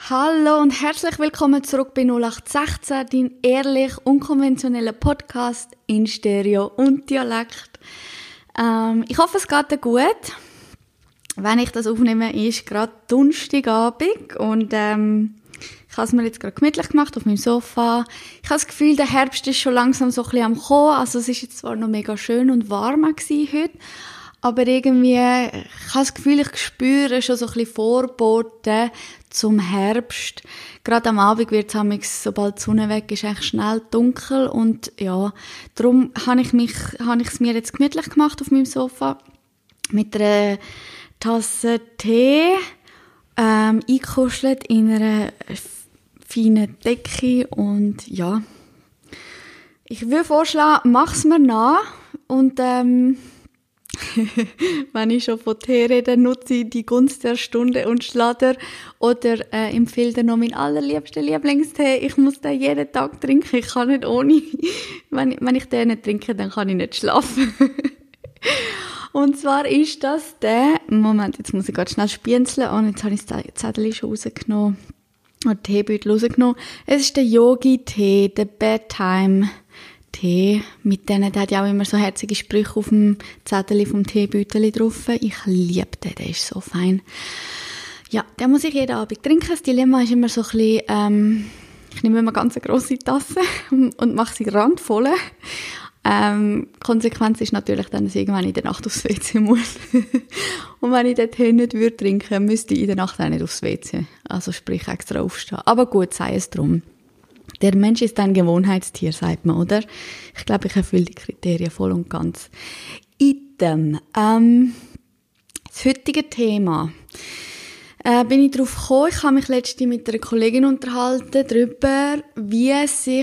Hallo und herzlich willkommen zurück bei 0816, dein ehrlich unkonventioneller Podcast in Stereo und Dialekt. Ich hoffe, es geht dir gut. Wenn ich das aufnehme, ist gerade Donnerstagabend und ich habe es mir jetzt gerade gemütlich gemacht auf meinem Sofa. Ich habe das Gefühl, der Herbst ist schon langsam so ein bisschen am Kommen. Also es ist jetzt zwar noch mega schön und warm heute, aber irgendwie, ich habe das Gefühl, ich spüre schon so ein bisschen Vorboten zum Herbst. Gerade am Abend wird es, sobald die Sonne weg ist, echt schnell dunkel. Und ja, darum habe ich es mir jetzt gemütlich gemacht auf meinem Sofa. Mit einer Tasse Tee, eingekuschelt in einer feinen Decke. Und ja, ich würde vorschlagen, mach's mir nach. Und wenn ich schon von Tee rede, nutze ich die Gunst der Stunde und schlage oder empfehle dir noch meinen allerliebsten Lieblingstee. Ich muss den jeden Tag trinken. Ich kann nicht ohne. Wenn ich den nicht trinke, dann kann ich nicht schlafen. Und zwar ist das der... Moment, jetzt muss ich gerade schnell spienzeln. Und jetzt habe ich das Zettel schon rausgenommen. Und den Teebeutel rausgenommen. Es ist der Yogi-Tee, der Bedtime Tee. Mit denen, der hat ja auch immer so herzige Sprüche auf dem Zettel vom Teebeutel drauf. Ich liebe den, der ist so fein. Ja, den muss ich jeden Abend trinken. Das Dilemma ist immer so ein bisschen, ich nehme immer ganz eine grosse Tasse und mache sie randvoll. Konsequenz ist natürlich dann, dass ich irgendwann in der Nacht aufs WC muss. Und wenn ich den Tee nicht trinken würde, müsste ich in der Nacht auch nicht aufs WC. Also sprich extra aufstehen. Aber gut, sei es drum. Der Mensch ist ein Gewohnheitstier, sagt man, oder? Ich glaube, ich erfülle die Kriterien voll und ganz. Item. Das heutige Thema. Bin ich darauf gekommen, ich habe mich letztens mit einer Kollegin unterhalten darüber, wie sich,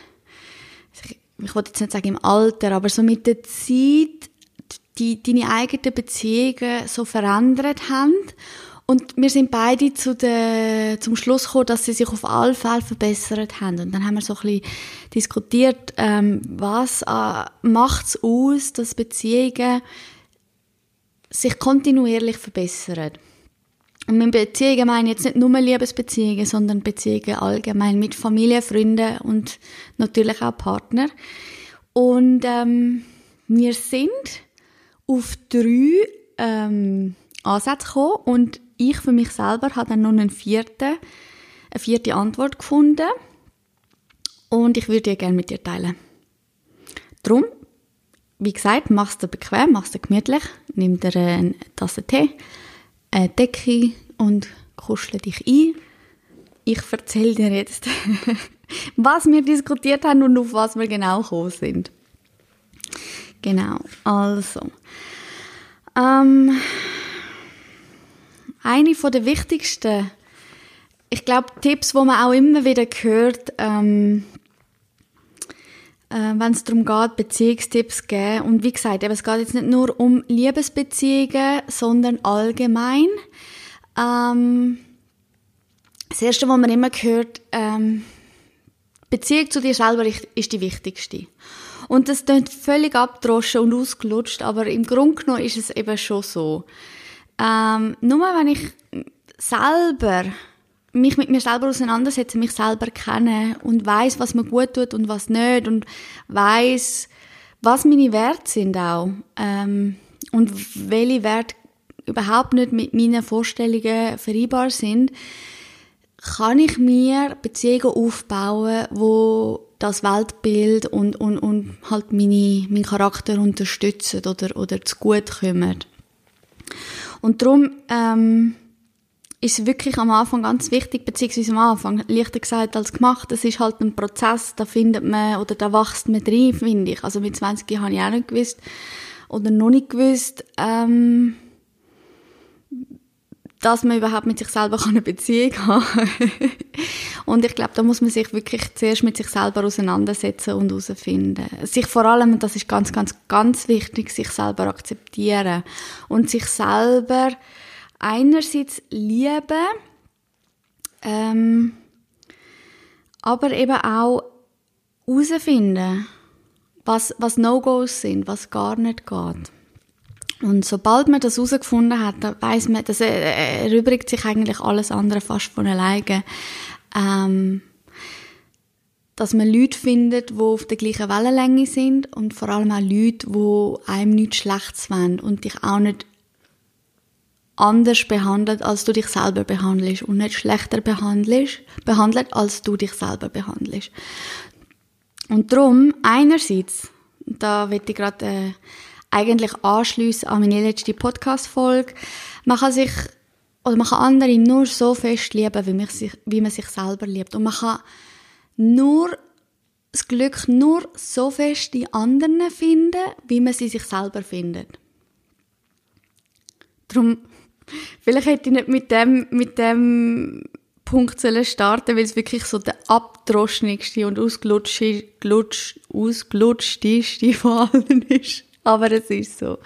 ich wollte jetzt nicht sagen im Alter, aber so mit der Zeit deine eigenen Beziehungen so verändert haben. Und wir sind beide zum Schluss gekommen, dass sie sich auf alle Fälle verbessert haben. Und dann haben wir so ein bisschen diskutiert, was macht es aus, dass Beziehungen sich kontinuierlich verbessern. Und mit Beziehungen meine ich jetzt nicht nur Liebesbeziehungen, sondern Beziehungen allgemein mit Familie, Freunden und natürlich auch Partner. Und wir sind auf 3 Ansätze gekommen und ich für mich selber habe dann noch eine vierte Antwort gefunden und ich würde die gerne mit dir teilen. Darum, wie gesagt, mach es dir bequem, mach es dir gemütlich, nimm dir eine Tasse Tee, eine Decke und kuschle dich ein. Ich erzähle dir jetzt, was wir diskutiert haben und auf was wir genau gekommen sind. Genau, also... Eine der wichtigsten, ich glaube, Tipps, die man auch immer wieder hört, wenn es darum geht, Beziehungstipps zu geben. Und wie gesagt, es geht jetzt nicht nur um Liebesbeziehungen, sondern allgemein. Das Erste, was man immer hört, Beziehung zu dir selber ist die wichtigste. Und das klingt völlig abgedroschen und ausgelutscht, aber im Grunde genommen ist es eben schon so. Nur wenn ich mich mit mir selber auseinandersetze, mich selber kenne und weiss, was mir gut tut und was nicht und weiss, was meine Werte sind auch und welche Werte überhaupt nicht mit meinen Vorstellungen vereinbar sind, kann ich mir Beziehungen aufbauen, wo das Weltbild und halt meinen Charakter unterstützen oder zu gut kommen. Und darum ist es wirklich am Anfang ganz wichtig, beziehungsweise am Anfang, leichter gesagt als gemacht, es ist halt ein Prozess, da findet man, oder da wächst man rein, finde ich. Also mit 20 habe ich auch nicht gewusst, oder noch nicht gewusst, dass man überhaupt mit sich selber eine Beziehung haben kann. Und ich glaube, da muss man sich wirklich zuerst mit sich selber auseinandersetzen und herausfinden. Sich vor allem, das ist ganz, ganz, ganz wichtig, sich selber akzeptieren. Und sich selber einerseits lieben, aber eben auch herausfinden, was No-Gos sind, was gar nicht geht. Und sobald man das herausgefunden hat, dann weiss man, das erübrigt sich eigentlich alles andere fast von alleine. Dass man Leute findet, die auf der gleichen Wellenlänge sind und vor allem auch Leute, die einem nichts Schlechtes wollen und dich auch nicht anders behandelt, als du dich selber behandelst und nicht schlechter behandelt, als du dich selber behandelst. Und darum, einerseits, da will ich gerade eigentlich anschliessen an meine letzte Podcast-Folge, man kann andere nur so fest lieben, wie man sich selber liebt. Und man kann das Glück nur so fest in anderen finden, wie man sie sich selber findet. Darum, vielleicht hätte ich nicht mit dem Punkt starten, weil es wirklich so der abgedroschenste und ausgelutschteste von allen ist. Aber es ist so.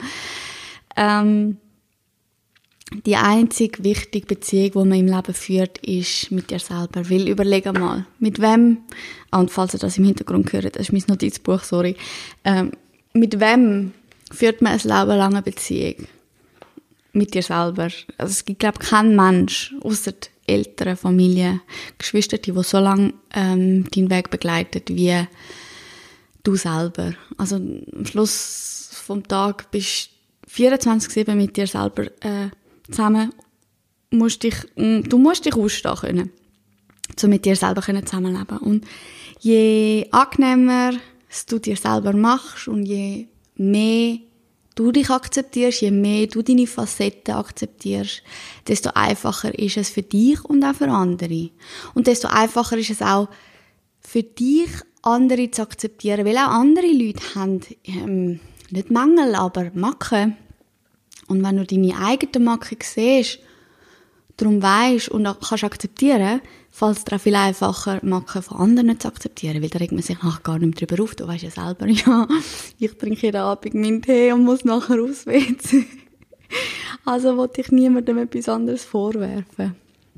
Die einzige wichtige Beziehung, die man im Leben führt, ist mit dir selber. Weil, überleg mal, mit wem, und falls ihr das im Hintergrund hört, das ist mein Notizbuch, sorry, mit wem führt man eine Leben lang eine Beziehung? Mit dir selber. Also es gibt, glaube ich, keinen Mensch, ausser die Eltern, Familie, Geschwister, die so lange deinen Weg begleitet, wie du selber. Also am Schluss vom Tag bist du 24/7 mit dir selber zusammen. Du musst dich ausstehen können, um mit dir selber zusammenleben. Und je angenehmer du dir selber machst und je mehr du dich akzeptierst, je mehr du deine Facetten akzeptierst, desto einfacher ist es für dich und auch für andere. Und desto einfacher ist es auch für dich, andere zu akzeptieren, weil auch andere Leute haben nicht Mängel, aber Macken. Und wenn du deine eigene Macke siehst, darum weisst und auch kannst akzeptieren, fällt es dir auch viel einfacher, Macken von anderen zu akzeptieren, weil da regt man sich nachher gar nicht mehr drüber auf. Du weisst ja selber, ja, ich trinke jeden Abend meinen Tee und muss nachher aufs WC. Also wollte ich niemandem etwas anderes vorwerfen.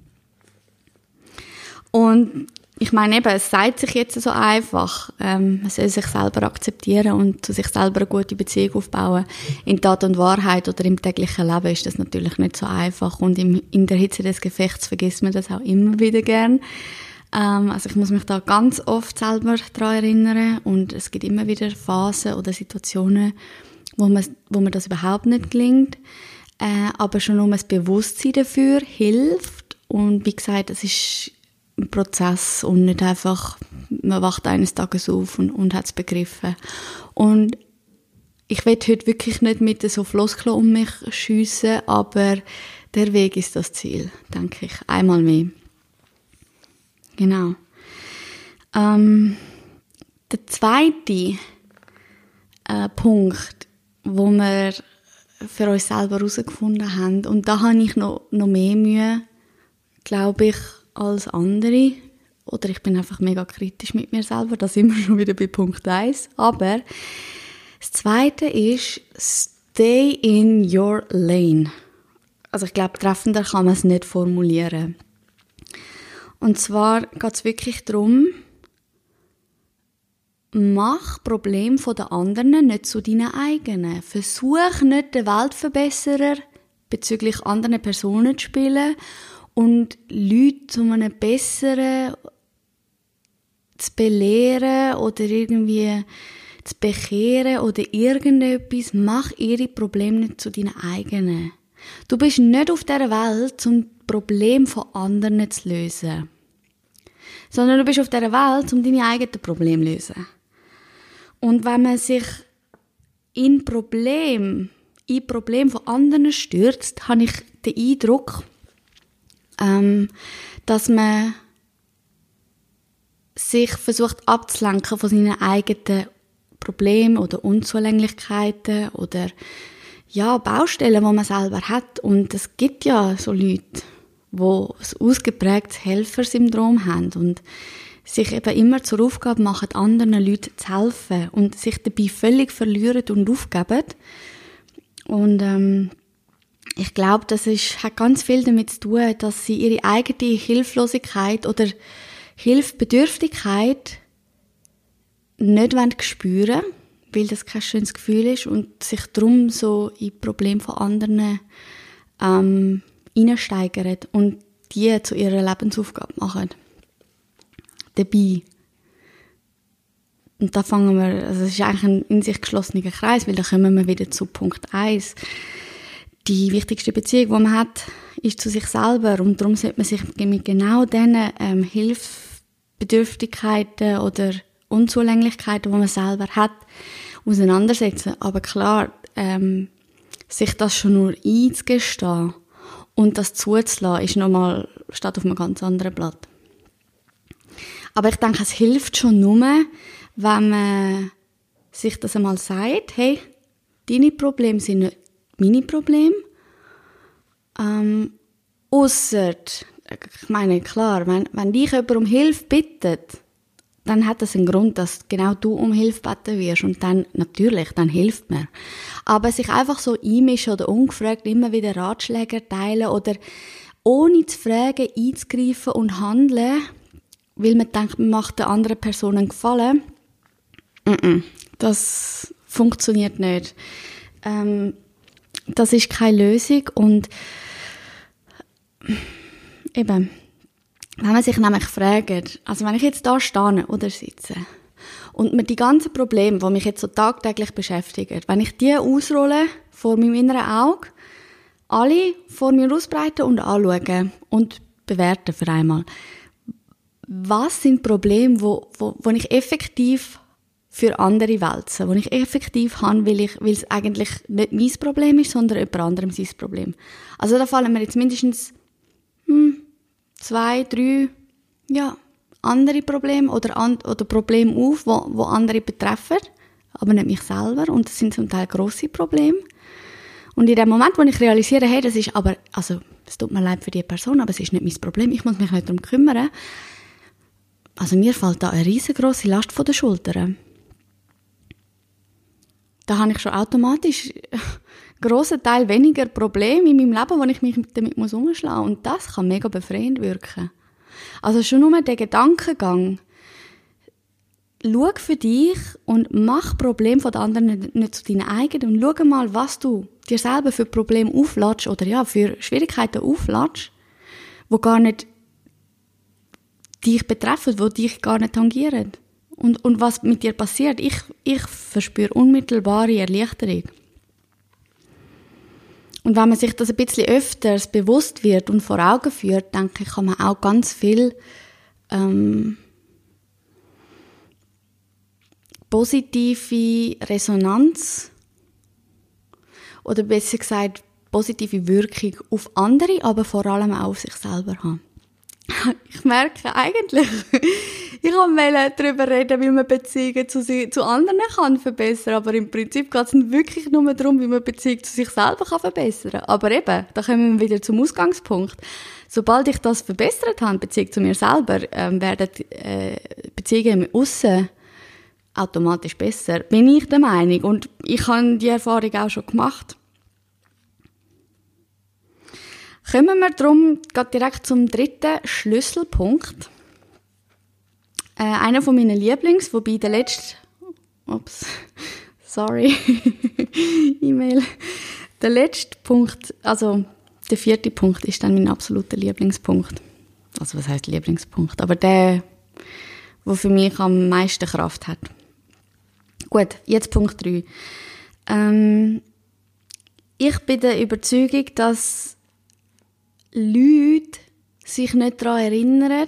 Und ich meine eben, es sagt sich jetzt so einfach, man soll sich selber akzeptieren und zu sich selber eine gute Beziehung aufbauen. In Tat und Wahrheit oder im täglichen Leben ist das natürlich nicht so einfach und in der Hitze des Gefechts vergisst man das auch immer wieder gern. Also ich muss mich da ganz oft selber daran erinnern und es gibt immer wieder Phasen oder Situationen, wo mir das überhaupt nicht gelingt. Aber schon nur das Bewusstsein dafür hilft und wie gesagt, es ist ein Prozess und nicht einfach, man wacht eines Tages auf und hat es begriffen. Und ich will heute wirklich nicht mit so Floskeln um mich schiessen, aber der Weg ist das Ziel, denke ich. Einmal mehr. Genau. Der zweite Punkt, wo wir für uns selber herausgefunden haben, und da habe ich noch mehr Mühe, glaube ich, als andere. Oder ich bin einfach mega kritisch mit mir selber. Da sind wir schon wieder bei Punkt 1. Aber das Zweite ist, stay in your lane. Also ich glaube, treffender kann man es nicht formulieren. Und zwar geht es wirklich darum, mach Probleme der anderen nicht zu deinen eigenen. Versuch nicht, den Weltverbesserer bezüglich anderen Personen zu spielen und Leute zu einem Besseren zu belehren oder irgendwie zu bekehren oder irgendetwas. Mach ihre Probleme nicht zu deinen eigenen. Du bist nicht auf dieser Welt, um das Problem von anderen zu lösen. Sondern du bist auf dieser Welt, um deine eigenen Probleme zu lösen. Und wenn man sich in Problem von anderen stürzt, habe ich den Eindruck, dass man sich versucht abzulenken von seinen eigenen Problemen oder Unzulänglichkeiten oder ja, Baustellen, die man selber hat. Und es gibt ja so Leute, die ein ausgeprägtes Helfersyndrom haben und sich eben immer zur Aufgabe machen, anderen Leuten zu helfen und sich dabei völlig verlieren und aufgeben. Und ich glaube, hat ganz viel damit zu tun, dass sie ihre eigene Hilflosigkeit oder Hilfsbedürftigkeit nicht spüren wollen, weil das kein schönes Gefühl ist und sich darum so in die Probleme von anderen hineinsteigern und die zu ihrer Lebensaufgabe machen. Dabei. Und da fangen wir, also es ist eigentlich ein in sich geschlossener Kreis, weil da kommen wir wieder zu Punkt 1. Die wichtigste Beziehung, die man hat, ist zu sich selber und darum sollte man sich mit genau diesen Hilfsbedürftigkeiten oder Unzulänglichkeiten, die man selber hat, auseinandersetzen. Aber klar, sich das schon nur einzugestehen und das zuzulassen, ist nochmal, steht auf einem ganz anderen Blatt. Aber ich denke, es hilft schon nur, wenn man sich das einmal sagt, hey, deine Probleme sind nicht meine Probleme. Ausser, ich meine, klar, wenn dich jemand um Hilfe bittet, dann hat das einen Grund, dass genau du um Hilfe bitten wirst. Und dann, natürlich, dann hilft mir. Aber sich einfach so einmischen oder ungefragt immer wieder Ratschläge teilen oder ohne zu fragen, einzugreifen und handeln, weil man denkt, man macht der anderen Person einen Gefallen, das funktioniert nicht. Das ist keine Lösung und eben, wenn man sich nämlich fragt, also wenn ich jetzt da stehe oder sitze und mir die ganzen Probleme, die mich jetzt so tagtäglich beschäftigen, wenn ich die ausrolle vor meinem inneren Auge, alle vor mir ausbreiten und anschauen und bewerten für einmal, was sind Probleme, wo ich effektiv für andere wälzen, die ich effektiv habe, weil es eigentlich nicht mein Problem ist, sondern jemand anderem sein Problem. Also da fallen mir jetzt mindestens 2, 3 andere Probleme oder Probleme auf, wo andere betreffen, aber nicht mich selber. Und das sind zum Teil grosse Probleme. Und in dem Moment, wo ich realisiere, hey, das ist aber, also es tut mir leid für die Person, aber es ist nicht mein Problem, ich muss mich nicht darum kümmern. Also mir fällt da eine riesengroße Last von den Schultern. Da habe ich schon automatisch einen grossen Teil weniger Probleme in meinem Leben, wo ich mich damit umschlagen muss. Und das kann mega befreiend wirken. Also schon nur der Gedankengang. Schau für dich und mach Probleme von den anderen nicht zu deinen eigenen. Und schau mal, was du dir selber für Probleme aufladest oder für Schwierigkeiten aufladest, die gar nicht dich betreffen, die dich gar nicht tangieren. Und was mit dir passiert, ich verspüre unmittelbare Erleichterung. Und wenn man sich das ein bisschen öfters bewusst wird und vor Augen führt, denke ich, kann man auch ganz viel positive Resonanz oder besser gesagt positive Wirkung auf andere, aber vor allem auch auf sich selber haben. Ich merke eigentlich, ich wollte darüber reden, wie man Beziehungen zu anderen kann verbessern, aber im Prinzip geht es wirklich nur darum, wie man Beziehungen zu sich selber kann verbessern kann. Aber eben, da kommen wir wieder zum Ausgangspunkt. Sobald ich das verbessert habe, Beziehung zu mir selber, werden Beziehungen im Aussen automatisch besser, bin ich der Meinung. Und ich habe die Erfahrung auch schon gemacht. Kommen wir darum direkt zum dritten Schlüsselpunkt. Einer von meinen Lieblings, wobei der letzte, E-Mail. Der letzte Punkt, also der 4. Punkt ist dann mein absoluter Lieblingspunkt. Also was heisst Lieblingspunkt? Aber der für mich am meisten Kraft hat. Gut, jetzt Punkt 3. Ich bin der Überzeugung, dass Leute sich nicht daran erinnern,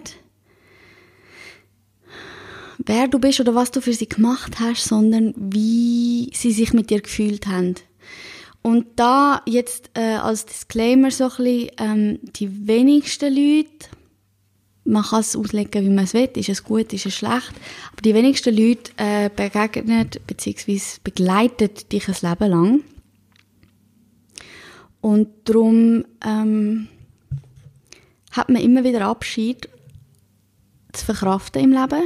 wer du bist oder was du für sie gemacht hast, sondern wie sie sich mit dir gefühlt haben. Und da jetzt als Disclaimer so ein bisschen, die wenigsten Leute, man kann es auslegen, wie man es will, ist es gut, ist es schlecht, aber die wenigsten Leute begegnen bzw. begleiten dich ein Leben lang. Und darum hat man immer wieder Abschied zu verkraften im Leben.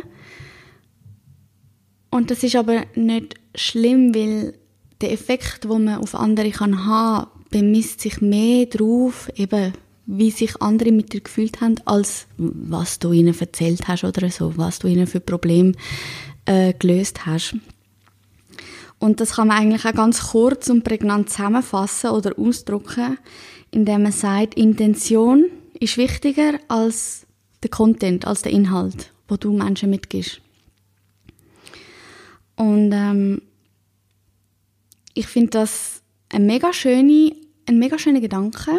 Und das ist aber nicht schlimm, weil der Effekt, den man auf andere haben kann, bemisst sich mehr darauf, eben, wie sich andere mit dir gefühlt haben, als was du ihnen erzählt hast oder so, was du ihnen für Probleme gelöst hast. Und das kann man eigentlich auch ganz kurz und prägnant zusammenfassen oder ausdrücken, indem man sagt, Intention ist wichtiger als der Content, als der Inhalt, wo du Menschen mitgibst. Und ich finde das ein mega schöner Gedanke,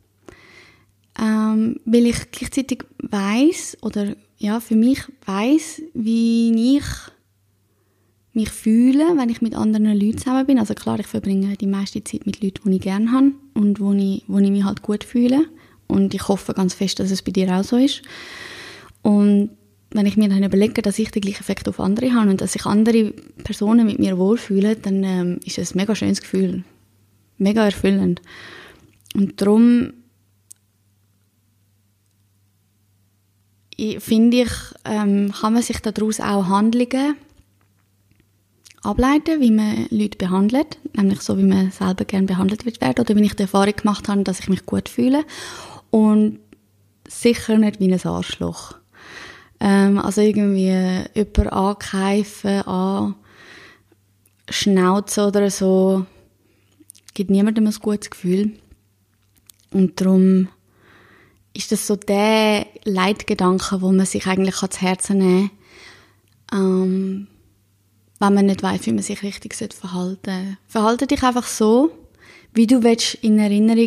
weil ich gleichzeitig weiss, oder ja, für mich weiss, wie ich mich fühle, wenn ich mit anderen Leuten zusammen bin. Also klar, ich verbringe die meiste Zeit mit Leuten, die ich gerne habe und wo ich mich halt gut fühle. Und ich hoffe ganz fest, dass es bei dir auch so ist. Und wenn ich mir dann überlege, dass ich den gleichen Effekt auf andere habe und dass sich andere Personen mit mir wohlfühlen, dann ist es ein mega schönes Gefühl. Mega erfüllend. Und darum finde ich, kann man sich daraus auch Handlungen ableiten, wie man Leute behandelt, nämlich so, wie man selber gerne behandelt wird werden, oder wie ich die Erfahrung gemacht habe, dass ich mich gut fühle und sicher nicht wie ein Arschloch. Also irgendwie jemanden ankeifen, anschnauzen oder so, gibt niemandem ein gutes Gefühl. Und darum ist das so der Leitgedanke, wo man sich eigentlich zu Herzen nehmen kann, wenn man nicht weiss, wie man sich richtig verhalten sollte. Verhalte dich einfach so, wie du willst in Erinnerung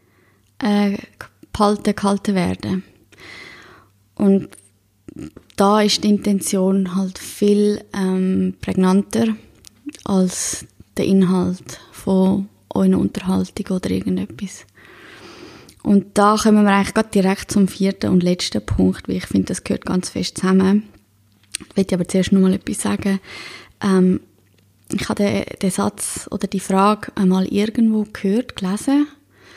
gehalten werden. Und da ist die Intention halt viel prägnanter als der Inhalt von eurer Unterhaltung oder irgendetwas. Und da kommen wir eigentlich gerade direkt zum 4. und letzten Punkt, weil ich finde, das gehört ganz fest zusammen. Ich möchte aber zuerst noch mal etwas sagen. Ich habe den Satz oder die Frage einmal irgendwo gehört, gelesen.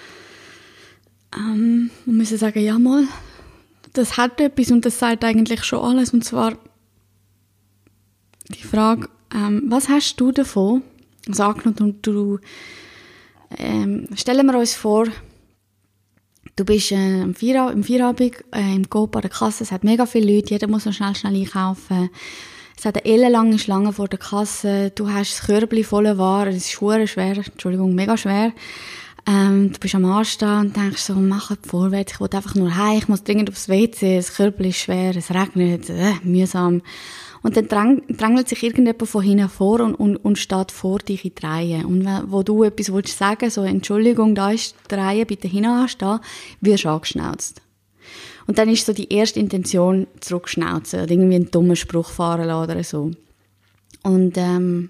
Und muss sagen, ja mal, das hat etwas und das sagt eigentlich schon alles. Und zwar die Frage, was hast du davon? Also angenommen, stellen wir uns vor, du bist im Feierabend im Coop an der Kasse, es hat mega viele Leute, jeder muss noch schnell einkaufen. Es hat eine ellenlange Schlange vor der Kasse, du hast das Körbchen voller Ware, es ist mega schwer. Du bist am Anstehen und denkst so, mach vorwärts, ich will einfach nur heim, ich muss dringend aufs WC, das Körbchen ist schwer, es regnet, mühsam. Und dann drängelt sich irgendjemand von hinten vor und steht vor dich in die Reihe. Und wo du etwas willst sagen, so, Entschuldigung, da ist die Reihe, bitte hinten anstehen, wirst du angeschnauzt. Und dann ist so die erste Intention, zurückschnauzen oder irgendwie einen dummen Spruch fahren lassen oder so. Und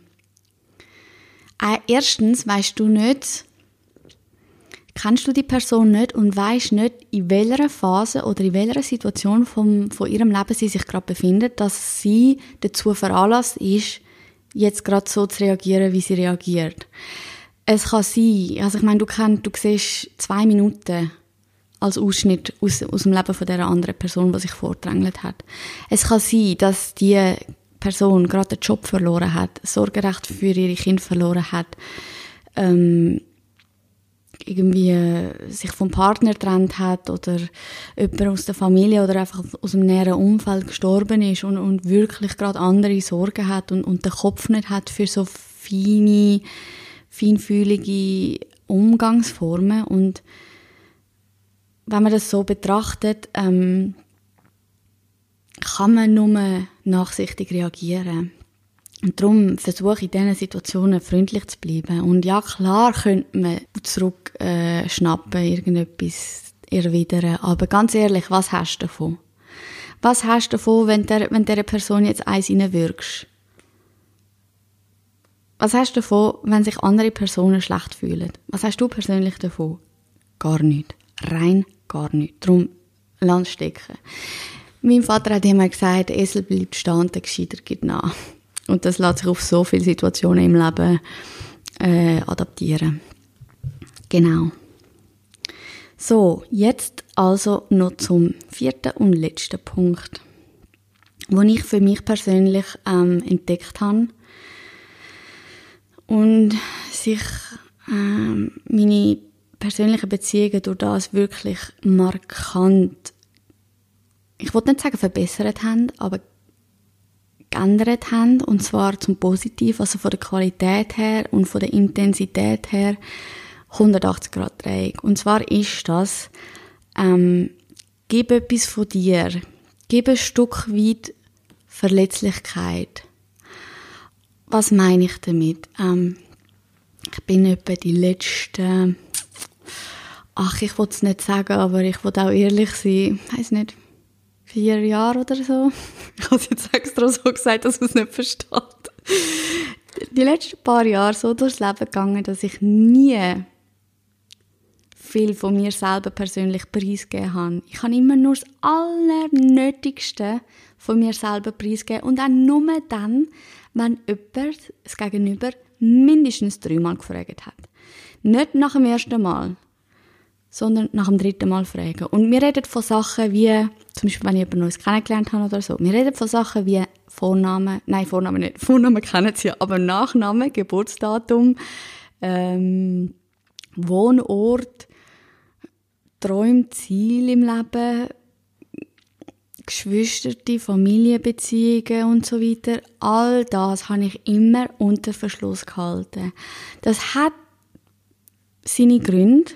erstens kennst du die Person nicht und weisst nicht, in welcher Phase oder in welcher Situation von ihrem Leben sie sich gerade befindet, dass sie dazu veranlasst ist, jetzt gerade so zu reagieren, wie sie reagiert. Es kann sein, also ich meine, du siehst 2 Minuten als Ausschnitt aus dem Leben von dieser anderen Person, die sich vordrängelt hat. Es kann sein, dass die Person gerade den Job verloren hat, Sorgerecht für ihre Kinder verloren hat, irgendwie sich vom Partner getrennt hat oder jemand aus der Familie oder einfach aus dem näheren Umfeld gestorben ist und wirklich gerade andere Sorgen hat und den Kopf nicht hat für so feinfühlige Umgangsformen. Und wenn man das so betrachtet, kann man nur nachsichtig reagieren. Und darum versuche ich in diesen Situationen freundlich zu bleiben. Und ja, klar könnte man zurückschnappen, irgendetwas erwidern. Aber ganz ehrlich, was hast du davon? Was hast du davon, wenn dieser Person jetzt eins reinwirkst? Was hast du davon, wenn sich andere Personen schlecht fühlen? Was hast du persönlich davon? Gar nichts. Rein gar nichts. Darum lass stecken. Mein Vater hat immer gesagt, der Esel bleibt stehen, der Gescheiter gibt nach. Und das lässt sich auf so viele Situationen im Leben adaptieren. Genau. So, jetzt also noch zum 4. und letzten Punkt, den ich für mich persönlich entdeckt habe und sich meine persönlichen Beziehungen durch das wirklich markant, ich will nicht sagen verbessert haben, aber geändert haben, und zwar zum Positiven, also von der Qualität her und von der Intensität her 180 Grad Drehung. Und zwar ist das, gib etwas von dir, gib ein Stück weit Verletzlichkeit. Was meine ich damit? Ich bin etwa die letzten, ich will es nicht sagen, aber ich will auch ehrlich sein, ich weiss nicht, 4 Jahre oder so. Ich habe es jetzt extra so gesagt, dass man es nicht versteht. Die letzten paar Jahre so durchs Leben gegangen, dass ich nie viel von mir selber persönlich preisgegeben habe. Ich habe immer nur das Allernötigste von mir selber preisgegeben und auch nur dann, wenn jemand, das Gegenüber, mindestens 3-mal gefragt hat. Nicht nach dem ersten Mal, sondern nach dem 3. Mal fragen. Und wir reden von Sachen wie, zum Beispiel, wenn ich jemand Neues kennengelernt habe oder so, wir reden von Sachen wie Vornamen nicht, Vornamen kennen sie ja, aber Nachnamen, Geburtsdatum, Wohnort, Träume, Ziel im Leben, Geschwister, Familienbeziehungen und so weiter. All das habe ich immer unter Verschluss gehalten. Das hat seine Gründe.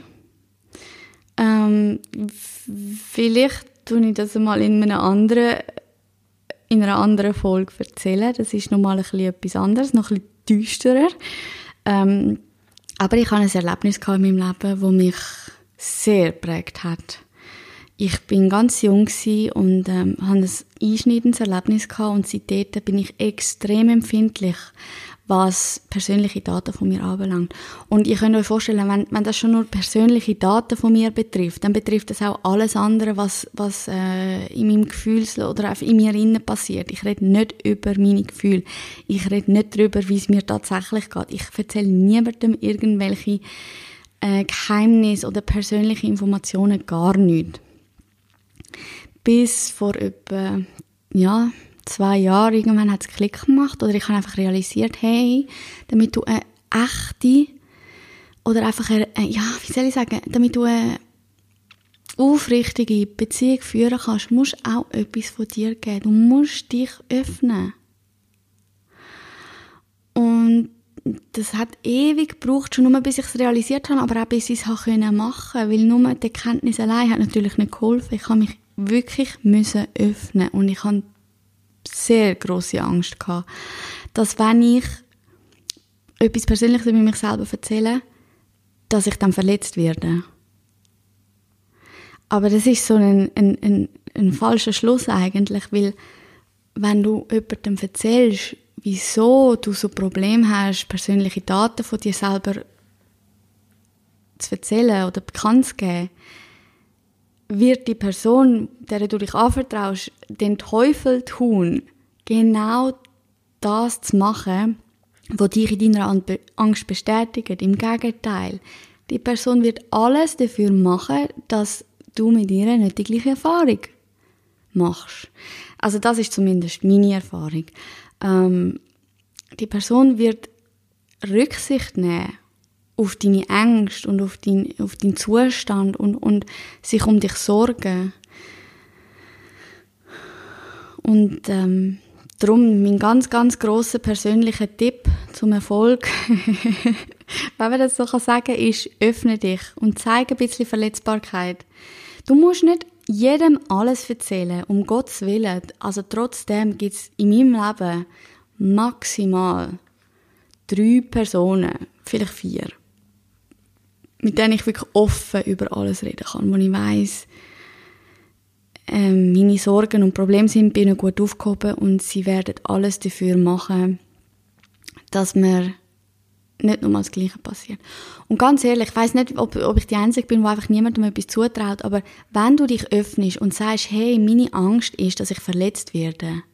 Vielleicht tue ich das mal in einer anderen Folge erzählen. Das ist nochmal etwas anderes, noch ein bisschen düsterer. Aber ich hatte ein Erlebnis in meinem Leben, das mich sehr geprägt hat. Ich bin ganz jung und hatte ein einschneidendes Erlebnis gehabt, und seitdem bin ich extrem empfindlich, was persönliche Daten von mir anbelangt. Und ihr könnt euch vorstellen, wenn das schon nur persönliche Daten von mir betrifft, dann betrifft das auch alles andere, was in meinem Gefühls- oder in mir innen passiert. Ich rede nicht über meine Gefühle. Ich rede nicht darüber, wie es mir tatsächlich geht. Ich erzähle niemandem irgendwelche Geheimnisse oder persönliche Informationen, gar nicht. Bis vor etwa 2 Jahren irgendwann hat es Klick gemacht, oder ich habe einfach realisiert, hey, damit du eine echte oder einfach damit du eine aufrichtige Beziehung führen kannst, musst du auch etwas von dir geben. Du musst dich öffnen. Und das hat ewig gebraucht, schon nur bis ich es realisiert habe, aber auch bis ich es machen konnte, weil nur die Erkenntnis allein hat natürlich nicht geholfen. Ich habe mich wirklich öffnen, und ich habe sehr grosse Angst gehabt, dass wenn ich etwas Persönliches über mich selber erzähle, dass ich dann verletzt werde. Aber das ist so ein falscher Schluss eigentlich, weil wenn du jemandem erzählst, wieso du so Probleme hast, persönliche Daten von dir selber zu erzählen oder bekannt zu geben, wird die Person, der du dich anvertraust, den Teufel tun, genau das zu machen, was dich in deiner Angst bestätigt. Im Gegenteil, die Person wird alles dafür machen, dass du mit ihr nicht die gleiche Erfahrung machst. Also das ist zumindest meine Erfahrung. Die Person wird Rücksicht nehmen auf deine Ängste und auf deinen Zustand und sich um dich sorgen. Und darum mein ganz, ganz grosser persönlicher Tipp zum Erfolg, wenn man das so sagen kann, ist, öffne dich und zeige ein bisschen Verletzbarkeit. Du musst nicht jedem alles erzählen, um Gottes Willen. Also trotzdem gibt es in meinem Leben maximal 3 Personen, vielleicht 4, mit denen ich wirklich offen über alles reden kann, wo ich weiss, meine Sorgen und Probleme sind bei ihnen gut aufgehoben und sie werden alles dafür machen, dass mir nicht nochmal das Gleiche passiert. Und ganz ehrlich, ich weiss nicht, ob ich die Einzige bin, die einfach niemandem etwas zutraut, aber wenn du dich öffnest und sagst, hey, meine Angst ist, dass ich verletzt werde,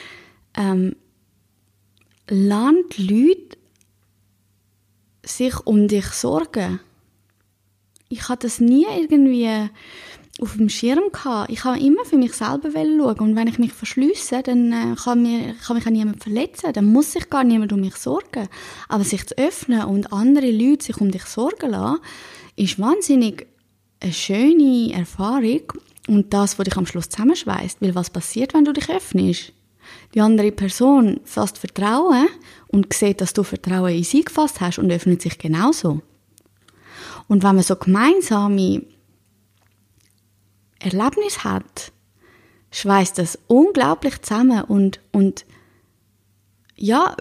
lass die Leute sich um dich sorgen. Ich hatte das nie irgendwie auf dem Schirm gehabt. Ich habe immer für mich selber schauen. Und wenn ich mich verschliesse, dann kann mich auch niemand verletzen. Dann muss sich gar niemand um mich sorgen. Aber sich zu öffnen und andere Leute sich um dich sorgen lassen, ist wahnsinnig eine schöne Erfahrung. Und das, was dich am Schluss zusammenschweisst. Weil was passiert, wenn du dich öffnest? Die andere Person fasst Vertrauen und sieht, dass du Vertrauen in sie gefasst hast und öffnet sich genauso. Und wenn man so gemeinsame Erlebnisse hat, schweißt das unglaublich zusammen und ja,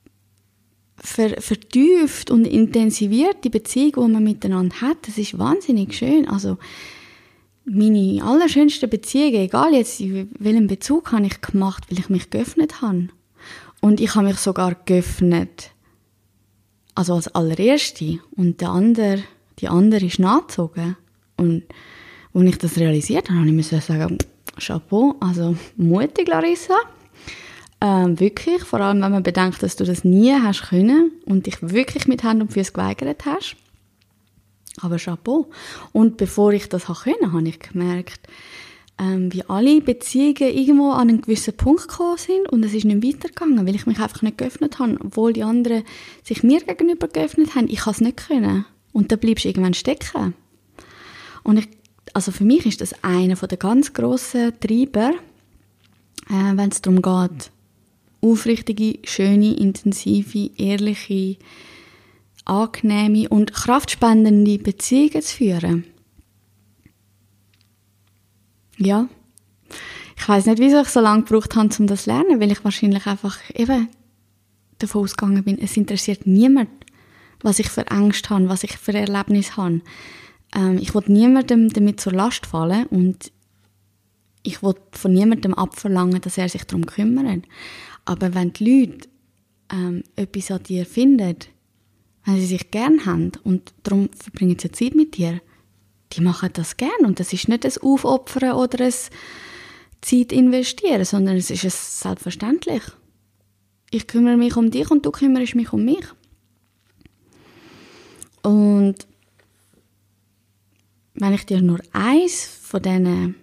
vertieft und intensiviert die Beziehung, die man miteinander hat. Das ist wahnsinnig schön. Also meine allerschönsten Beziehungen, egal jetzt in welchem Bezug, habe ich gemacht, weil ich mich geöffnet habe. Und ich habe mich sogar geöffnet, also als allererste. Und die andere ist nachgezogen. Und als ich das realisiert habe, musste ich sagen, Chapeau, also mutig, Larissa. Wirklich, vor allem wenn man bedenkt, dass du das nie hast können und dich wirklich mit Händen und Füßen geweigert hast. Aber Chapeau. Und bevor ich das konnte, habe ich gemerkt, wie alle Beziehungen irgendwo an einen gewissen Punkt gekommen sind und es ist nicht weitergegangen, weil ich mich einfach nicht geöffnet habe, obwohl die anderen sich mir gegenüber geöffnet haben. Ich konnte es nicht können. Und dann bleibst du irgendwann stecken. Und also für mich ist das einer der ganz grossen Treiber, wenn es darum geht, aufrichtige, schöne, intensive, ehrliche, angenehme und kraftspendende Beziehungen zu führen. Ja, ich weiss nicht, wieso ich so lange gebraucht habe, um das zu lernen, weil ich wahrscheinlich einfach eben davon ausgegangen bin, es interessiert niemand, was ich für Ängste habe, was ich für Erlebnisse habe. Ich will niemandem damit zur Last fallen und ich will von niemandem abverlangen, dass er sich darum kümmert. Aber wenn die Leute etwas an dir finden, wenn sie sich gern haben und darum verbringen sie Zeit mit dir, die machen das gern. Und das ist nicht ein Aufopfern oder ein Zeit investieren, sondern es ist es selbstverständlich. Ich kümmere mich um dich und du kümmerst mich um mich. Und wenn ich dir nur einen von diesen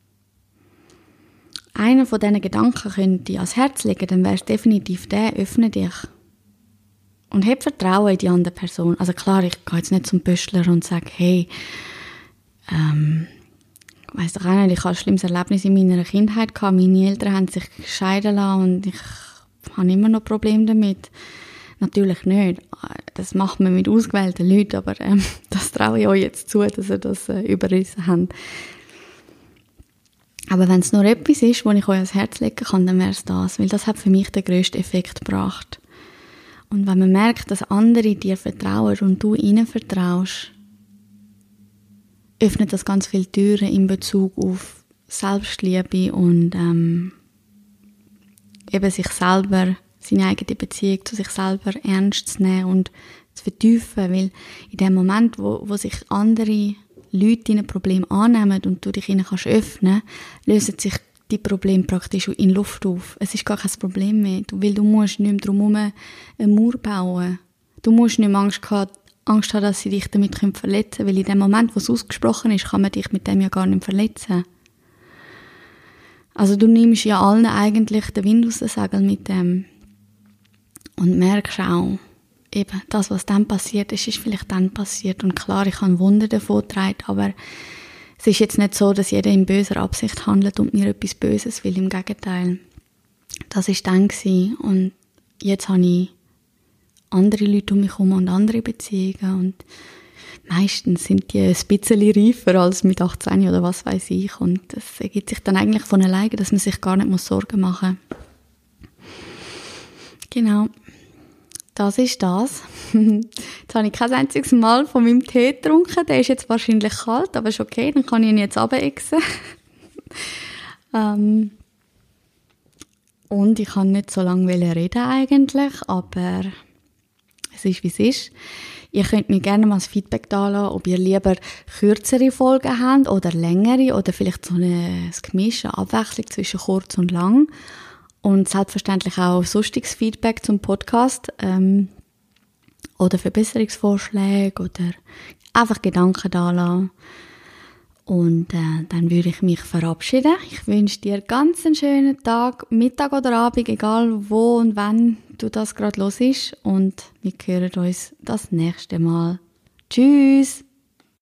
Gedanken könnte ans Herz legen, dann wäre es definitiv der: öffne dich. Und hab Vertrauen in die andere Person. Also klar, ich gehe jetzt nicht zum Pöstler und sage, hey, ich weiss doch auch nicht, ich hatte ein schlimmes Erlebnis in meiner Kindheit gehabt. Meine Eltern haben sich scheiden lassen und ich habe immer noch Probleme damit. Natürlich nicht. Das macht man mit ausgewählten Leuten, aber das traue ich euch jetzt zu, dass ihr das überrissen habt. Aber wenn es nur etwas ist, was ich euch ans Herz legen kann, dann wäre es das. Weil das hat für mich den grössten Effekt gebracht. Und wenn man merkt, dass andere dir vertrauen und du ihnen vertraust, öffnet das ganz viele Türen in Bezug auf Selbstliebe und eben sich selber, seine eigene Beziehung zu sich selber ernst zu nehmen und zu vertiefen. Weil in dem Moment, wo sich andere Leute deine Probleme annehmen und du dich ihnen kannst öffnen, lösen sich die Probleme praktisch in Luft auf. Es ist gar kein Problem mehr, weil du musst nicht mehr drumherum eine Mauer bauen. Du musst nicht mehr Angst haben, dass sie dich damit verletzen können, weil in dem Moment, wo es ausgesprochen ist, kann man dich mit dem ja gar nicht verletzen. Also du nimmst ja allen eigentlich den Wind aus den Segeln mit dem und merkst auch, eben, das, was dann passiert ist vielleicht dann passiert. Und klar, ich habe Wunder davon getragen, aber es ist jetzt nicht so, dass jeder in böser Absicht handelt und mir etwas Böses will. Im Gegenteil. Das war dann gewesen. Und jetzt habe ich andere Leute um mich herum und andere Beziehungen. Und meistens sind die ein bisschen reifer als mit 18 oder was weiß ich. Und das ergibt sich dann eigentlich von alleine, dass man sich gar nicht Sorgen machen muss. Genau. Das ist das. Jetzt habe ich kein einziges Mal von meinem Tee getrunken. Der ist jetzt wahrscheinlich kalt, aber ist okay, dann kann ich ihn jetzt runterexen. Und ich kann nicht so lange reden eigentlich, aber es ist, wie es ist. Ihr könnt mir gerne mal das Feedback da lassen, ob ihr lieber kürzere Folgen habt oder längere oder vielleicht so ein Gemisch, eine Abwechslung zwischen kurz und lang. Und selbstverständlich auch sonstiges Feedback zum Podcast oder Verbesserungsvorschläge oder einfach Gedanken da lassen. Und dann würde ich mich verabschieden. Ich wünsche dir ganz einen schönen Tag, Mittag oder Abend, egal wo und wann du das gerade hörst. Und wir hören uns das nächste Mal. Tschüss!